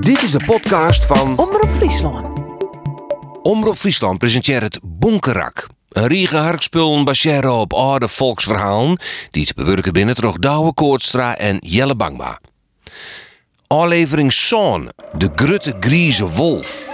Dit is de podcast van Omroep Friesland. Omroep Friesland presenteert het Bonkerak. Een riege harkspullen baseren op oude volksverhalen die te bewerken binnen door Douwe Koortstra en Jelle Bangma. Aflevering Zoon, de grutte grieze wolf.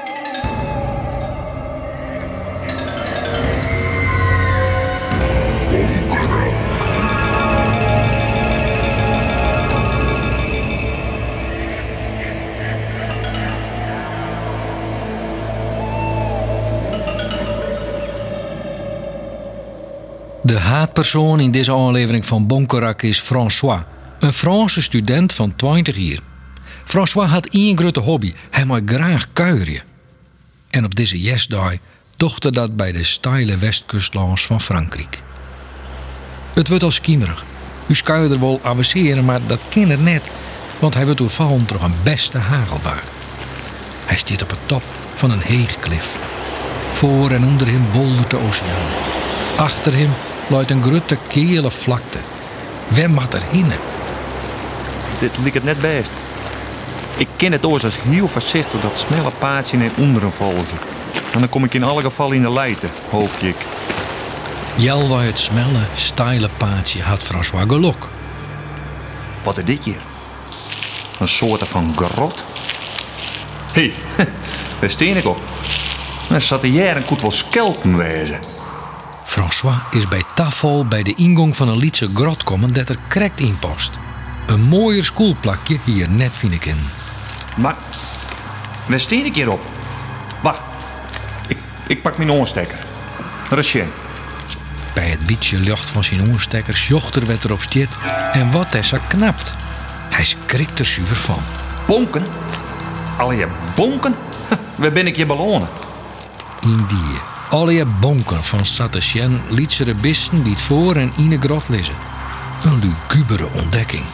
De haatpersoon in deze aflevering van Bonkerak is François, een Franse student van 20 jaar. François had één grote hobby, hij mag graag kuieren. En op deze yesdag dochtte dat bij de steile westkust langs van Frankrijk. Het wordt al schiemerig. U zou er wel avanceren, maar dat kan er net, want hij wordt doorvallen door een beste hagelbui. Hij staat op het top van een heegklif. Voor en onder hem boldert de oceaan. Achter hem luidt een grote kele vlakte. Waar mag er heen? Dit lijkt het net best. Ik ken het oors als heel voorzichtig dat snelle paadje naar onderen volgen. En dan kom ik in alle gevallen in de leiden, hoop ik. Jel waar het snelle, steile paadje had François geluk. Wat is dit hier? Een soort van grot? Hé, daar steen ik op. Dan zat de jaren goed wel skelpen wezen. François is bij tafel bij de ingang van een lietse grot komen dat er krekt in past. Een mooier schoolplakje hier net vind ik in. Maar, waar steen ik hierop? Wacht, ik pak mijn oorstekker. Rusje. Bij het beetje lucht van zijn oorstekker jochter werd erop stiet en wat hij zo knapt. Hij schrikt er zuiver van. Bonken? Allee, bonken? Waar ben ik je ballonnen? In die alle bonken van Saint-Etienne lietsere bisten die het voor en in de grot liggen. Een lugubere ontdekking.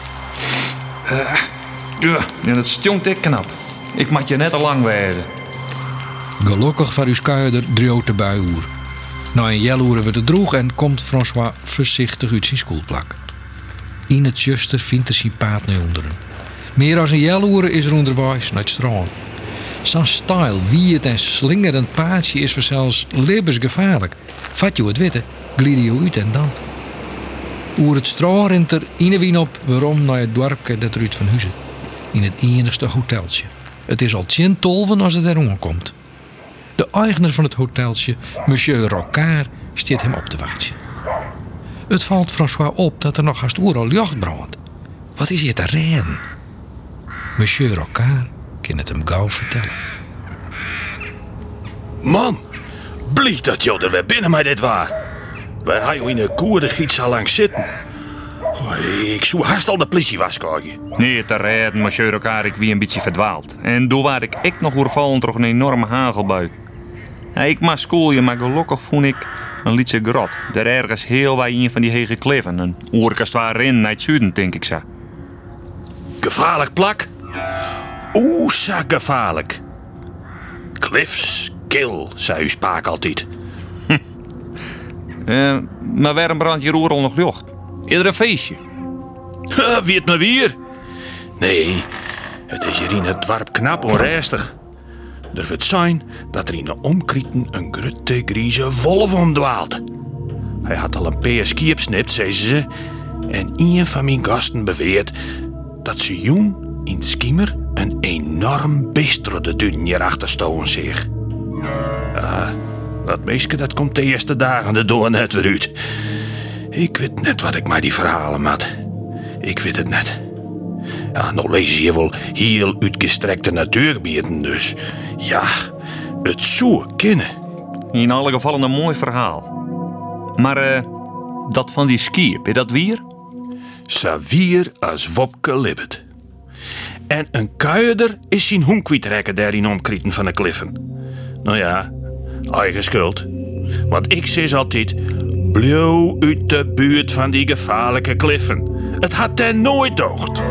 Ja, dat stonkt ik knap. Ik mag je net al lang wezen. Gelukkig voor uw skuider droot de bui oer. Na een jelloeren wordt het droeg en komt François voorzichtig uit zijn schoolplak. In het juster vindt er zijn paard naar onderen. Meer als een jelloeren is er onderwijs naar het strand. Zo'n stijl, wierd en slingerend paadje is voor zelfs levensgevaarlijk. Vat je het witte, glied je uit en dan. Oer het strand rent er in op waarom naar het dorpje dat er uit van Huizen. In het enigste hoteltje. Het is al 10 tolven als het er komt. De eigenaar van het hoteltje, monsieur Rocard, staat hem op te wachten. Het valt François op dat er nog haast overal licht brandt. Wat is hier te rennen? Monsieur Rocard kan het hem gauw vertellen. Man, blij dat je er weer binnen met dit waar. Waar hij in een koer de giet zo lang zitten. Ik zou haast al de politie waarschuwen. Nee, te redden, monsieur Rocard, ik wie een beetje verdwaald. En toen waar ik nog overvallen door een enorme hagelbui. Ja, ik mag schoolje, maar gelukkig vond ik een lietse grot. Daar ergens heel wij een van die hege kliffen. Een oerkast waarin naar het zuiden, denk ik zo. Gevaarlijk plak? Oeh, zo gevaarlijk. Cliffs, kill, zei uw spaak altijd. Maar waarom brandt je roer al nog lucht? Eerder een feestje. Wie het maar weer? Nee, het is hier in het dorp knap onrustig. Er wordt zijn dat er in de omkrieten een grote grieze wolf omdwaalt. Hij had al een paar skiep snipt, zei ze. En een van mijn gasten beweert dat ze jong in het schiemer een enorm beest door de duin hierachter stoten zich. Dat meisje dat komt de eerste dagen de door net weer uit. Ik weet net wat ik mij die verhalen had. Ik weet het net. Ja, nou lees je wel heel uitgestrekte natuurgebieden, dus ja, het zou kunnen. In alle gevallen een mooi verhaal. Maar dat van die skiep, is dat wier? Savier als Wopke Libbet. En een kuierder is zijn hoen kwijtrekken daar in omkrieten van de kliffen. Nou ja, eigen schuld. Want ik zeg altijd, blauw uit de buurt van die gevaarlijke kliffen. Het had ten nooit docht.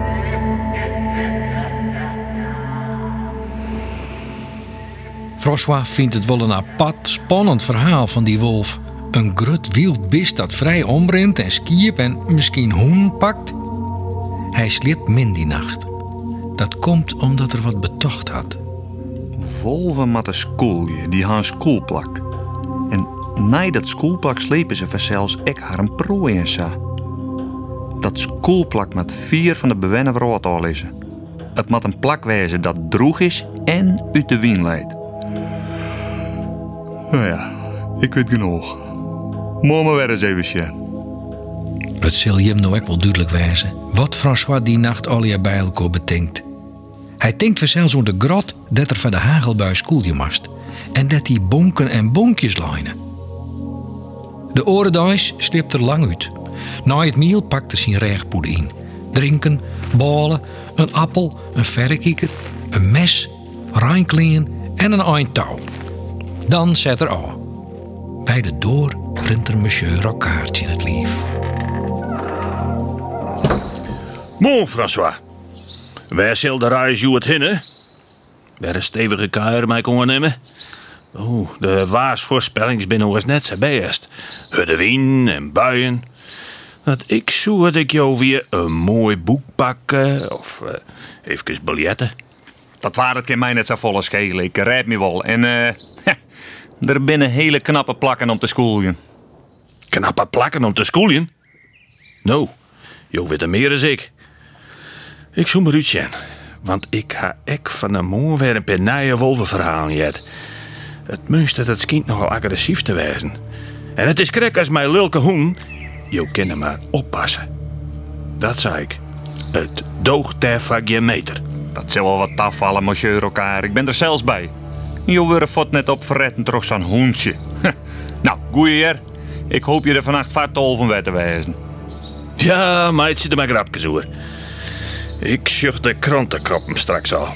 François vindt het wel een apart, spannend verhaal van die wolf. Een grut wild beest dat vrij omrent en skiep en misschien hoen pakt. Hij sliep min die nacht. Dat komt omdat er wat betocht had. Wolven met een schoolje, die gaan een schoolplak. En na dat schoolplak slepen ze vanzelfs ek haar een prooi en zo. Dat schoolplak met 4 van de bewennen vrouwen al is. Het moet een plak wezen dat droeg is en uit de wien leidt. Nou ja, ik weet genoeg. Mama weer eens even zien. Het zal je hem nou ook wel duidelijk wijzen wat François die nacht al bij elkaar bedenkt. Hij denkt vanzelfs om de grot dat er van de hagelbui schoelje mast. En dat die bonken en bonkjes lijnen. De orenduis slipt er lang uit. Na het meal pakt er zijn reegpoeder in. Drinken, ballen, een appel, een verrekijker, een mes, rijnkleen en een eind touw. Dan zet er aan. Bij de deur rent er monsieur Rockaerts in het lief. Bon, François. Waar zal de reis jou het hinnen? Waar een stevige kuier mij kon nemen? Oh, de waarsvoorspellings binnen was net zo best. De wind en buien. Dat ik zo dat ik jou weer een mooi boek pakken of even biljetten. Dat waren het keer mij net zo volle schelen. Ik rijp me wel. En er binnen hele knappe plakken om te schooljen. Knappe plakken om te schooljen? Nou, jou weet er meer dan ik. Ik zoek maar uitzien, want ik ga ek van de morgen weer een paar nieuwe wolvenverhalen jet. Het meeste dat schijnt nogal agressief te wezen. En het is krek als mijn lulke hoen. Je kan er maar oppassen. Dat zei ik. Het doogt ter van je meter. Dat zal wel wat afvallen, monsieur Rockaert. Ik ben er zelfs bij. Je wordt net op verretten terug zo'n hoentje. Nou, goeie heer. Ik hoop je er vannacht vaart tol van weg te wijzen. Ja, meid zit er maar grapjes hoor. Ik zucht de krantenkoppen straks al.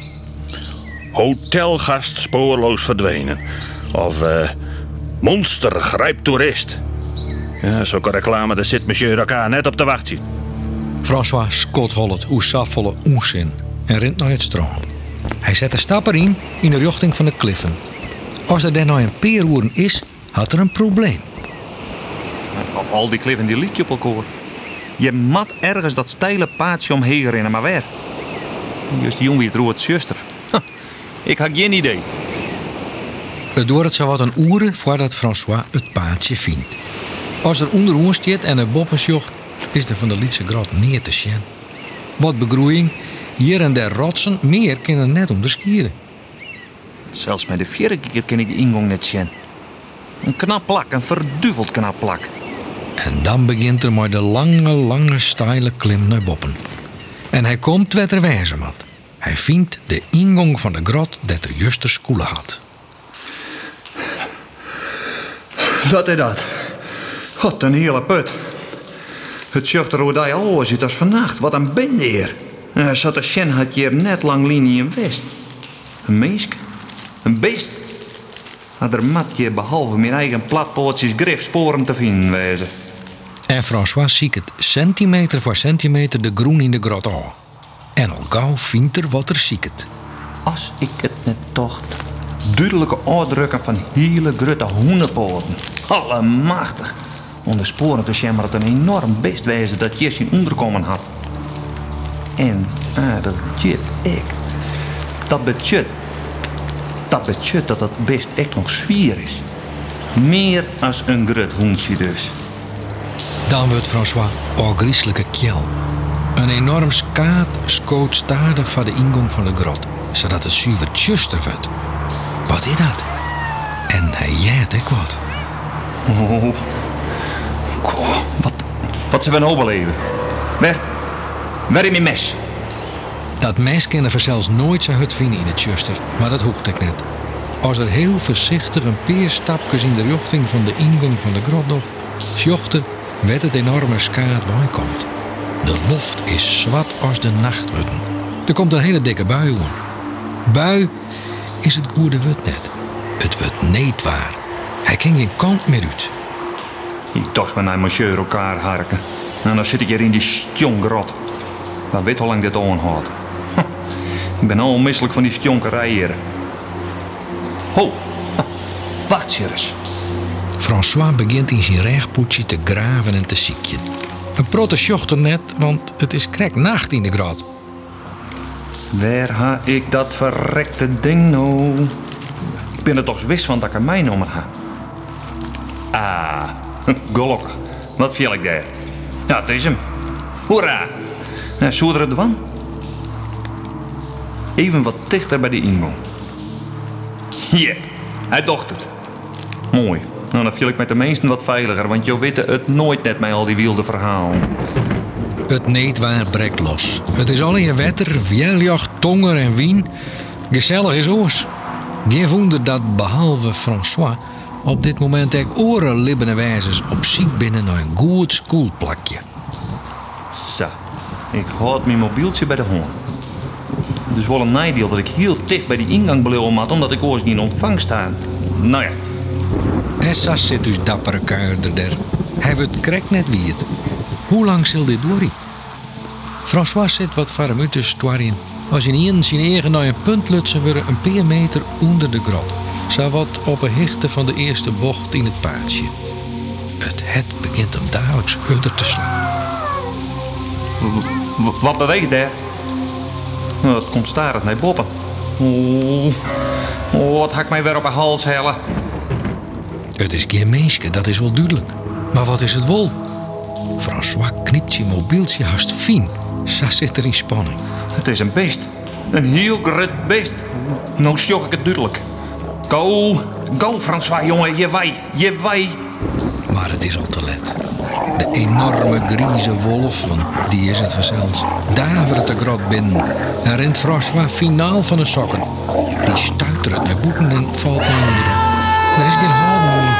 Hotelgast spoorloos verdwenen. Of monster grijpt toerist. Ja, zulke reclame, daar zit monsieur Rockaert net op te wachten. François skothollet hoe safvolle onzin en rent naar het strand. Hij zet de stapper in de richting van de kliffen. Als er dan nou een peerhoorn is, had er een probleem. Al die kliffen die liet je op elkaar. Je mat ergens dat steile paadje omheen rennen, maar waar? Juist die jongen wie het roert zuster. Ik had geen idee. Het duurt zo wat een uren voordat François het paadje vindt. Als er onder ons zit en een boppensjocht, is er van de Lietse grot neer te zien. Wat begroeiing, hier en der rotsen, meer kunnen net onderscheiden. Zelfs bij de vierde keer ken ik de ingang net zien. Een knap plak, een verduveld knap plak. En dan begint er maar de lange, steile klim naar boven. En hij komt wat er wijzen moet. Hij vindt de ingang van de grot dat er juster schoelen had. Dat is dat. Wat een hele put. Het zucht er hoe die al zit als vannacht. Wat een bende hier. Zat de Sjen had hier net lang linie in west. Een meeske? Een beest? Had er matje behalve mijn eigen platpootjes grifsporen te vinden wezen. En François ziet het centimeter voor centimeter de groen in de grot aan. En al gauw vindt er wat er ziet het. Als ik het net tocht. Duidelijke uitdrukken van hele grote hoenenpoten. Allemachtig. Om de sporen te zien maar het een enorm beest wezen dat je zijn onderkomen had. En dat jit ik. Dat betekent dat het beest echt nog zwier is. Meer als een grut hoentje dus. Dan wordt François al griezelijke kjel. Een enorm skaat schoot stadig van de ingang van de grot, zodat het zuiver tjuster wordt. Wat is dat? En hij jaat ik wat. Oh. Goh, wat ze van overleven. Waar in mijn mes? Dat mes kan er zelfs nooit zijn hut vinden in het tjuster, maar dat hoeft ik net. Als er heel voorzichtig een paar stapjes in de richting van de ingang van de grot docht, sjochter werd het enorme skaat waar komt. De loft is zwart als de nacht worden. Er komt een hele dikke bui aan. Bui is het goede woord net. Het wordt niet waar. Hij kan geen kant meer uit. Ik dacht maar naar monsieur elkaar harken. En dan zit ik hier in die stjongrot. Maar weet hoe lang dit aanhoudt. Ik ben al misselijk van die stjonkerij hier. Ho, wacht eens. François begint in zijn rechtpoetje te graven en te ziekjen. Een protte sjochter net, want het is krek nacht in de grot. Waar ha ik dat verrekte ding nou? Ik ben er toch wist van dat ik er mijn nummer ha. Ah, gelukkig. Wat viel ik daar? Ja, het is hem. Hoera! Nou, zoer het van? Even wat dichter bij de ingang. Ja, hij docht het. Mooi. Nou, dan viel ik met de meesten wat veiliger, want je weet het nooit net met al die wilde verhalen. Het neetwaar brekt los. Het is al in wetter, veljacht, tonger en wien. Gezellig is oors. Geen wonder dat behalve François op dit moment ook orenlibbende wijzers op ziek binnen naar een goed schoolplakje. Zo, ik houd mijn mobieltje bij de hoorn. Dus wel een nadeel dat ik heel dicht bij die ingang bleef had, omdat ik oors niet in ontvangst sta. Nou ja. En Sas zit dus dappere kuierder der. Hij wordt krek net wie het. Hoe lang zal dit doorrie? François zit wat warm uit de stoarien. Als in zijn eigen naar een punt lutsen we een paar meter onder de grot. Zo wat op een hichte van de eerste bocht in het paadje. Het begint hem dagelijks hudder te slaan. Wat beweegt daar? Nou, het komt starig naar boven. Wat hak mij weer op een hals hellen. Het is geen meeske, dat is wel duidelijk. Maar wat is het wol? François knipt zijn mobieltje haast fijn. Zo zit er in spanning. Het is een beest. Een heel groot beest. Nou sjoch ik het duidelijk. Go François, jongen, je wei. Maar het is al te laat. De enorme grieze wolf, want die is het vanzelfs, davert de grot binnen en rent François finaal van de sokken. Die stuitert naar boeken en valt naar onderen. Er is geen houden meer.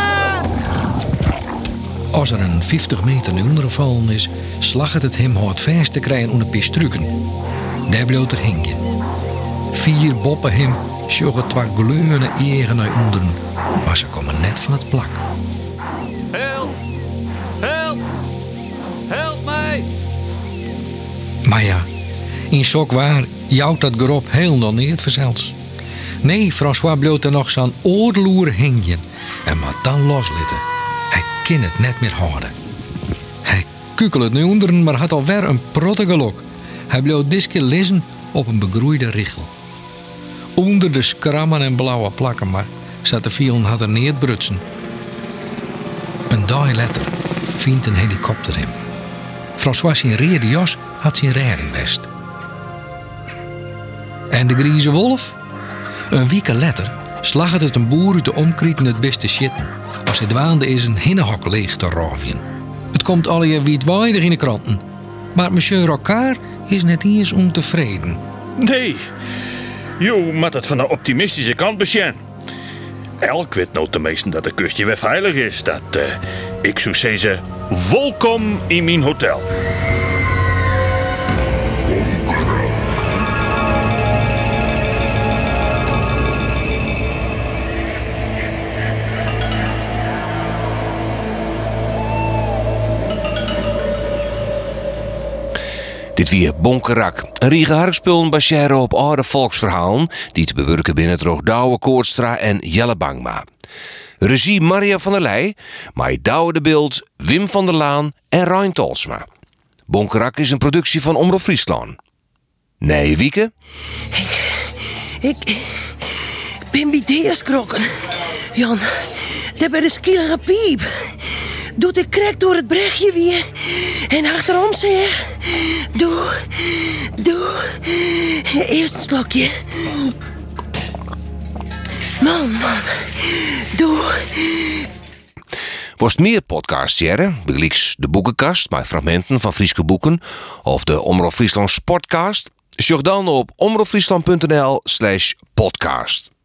Als er een 50 meter naar onderen vallen is, slag het hem hard vast te krijgen onder pistruken. Daar bloot er hingen. 4 boppen hem sjoggen 2 gleurende egen naar onderen, maar ze komen net van het plak. Help! Help! Help mij! Maar ja, in sok waar jouwt dat grop heel nog niet verzels. Nee, François bloot er nog zo'n oorloer hingen en maar dan loslitten. Hij kan het net meer houden. Hij kukelt nu onderen, maar had alweer een protte gelok. Hij bloot diske liggen op een begroeide richel. Onder de skrammen en blauwe plakken, maar zat de vielen had er niet brutsen. Een dag later vindt een helikopter hem. François zijn rede jas had zijn reddingvest. En de grieze wolf? Een week later slag het een boer uit de omkrieten het beste shitten. Als hij dwaande is een hinnenhok leeg te rovien. Het komt alweer wietwaadig in de kranten. Maar monsieur Rocard is net eens ontevreden. Nee, je moet het van de optimistische kant bezien. Elk weet nou tenminste dat de kustje weer veilig is. Dat ik zou zeggen, welkom in mijn hotel. Dit weer Bonkerak, een riege harkspullen baseren op oude volksverhalen die te bewerken binnen het Douwe Koortstra en Jelle Bangma. Regie Maria van der Leij, maar Douwe de Beeld, Wim van der Laan en Rijn Tolsma. Bonkerak is een productie van Omroep Friesland. Nee, Wieke? Ik ben bij deze geschrokken. Jan, daar bij de skielige piep. Doet ik krek door het bregje weer. En achterom zeg. Doe. Eerst een slokje. Man. Doe. Worst meer podcasts jaren, begelijks de boekenkast met fragmenten van Frieske boeken of de Omroep Friesland Sportcast, zoek dan op omroepfriesland.nl/podcast.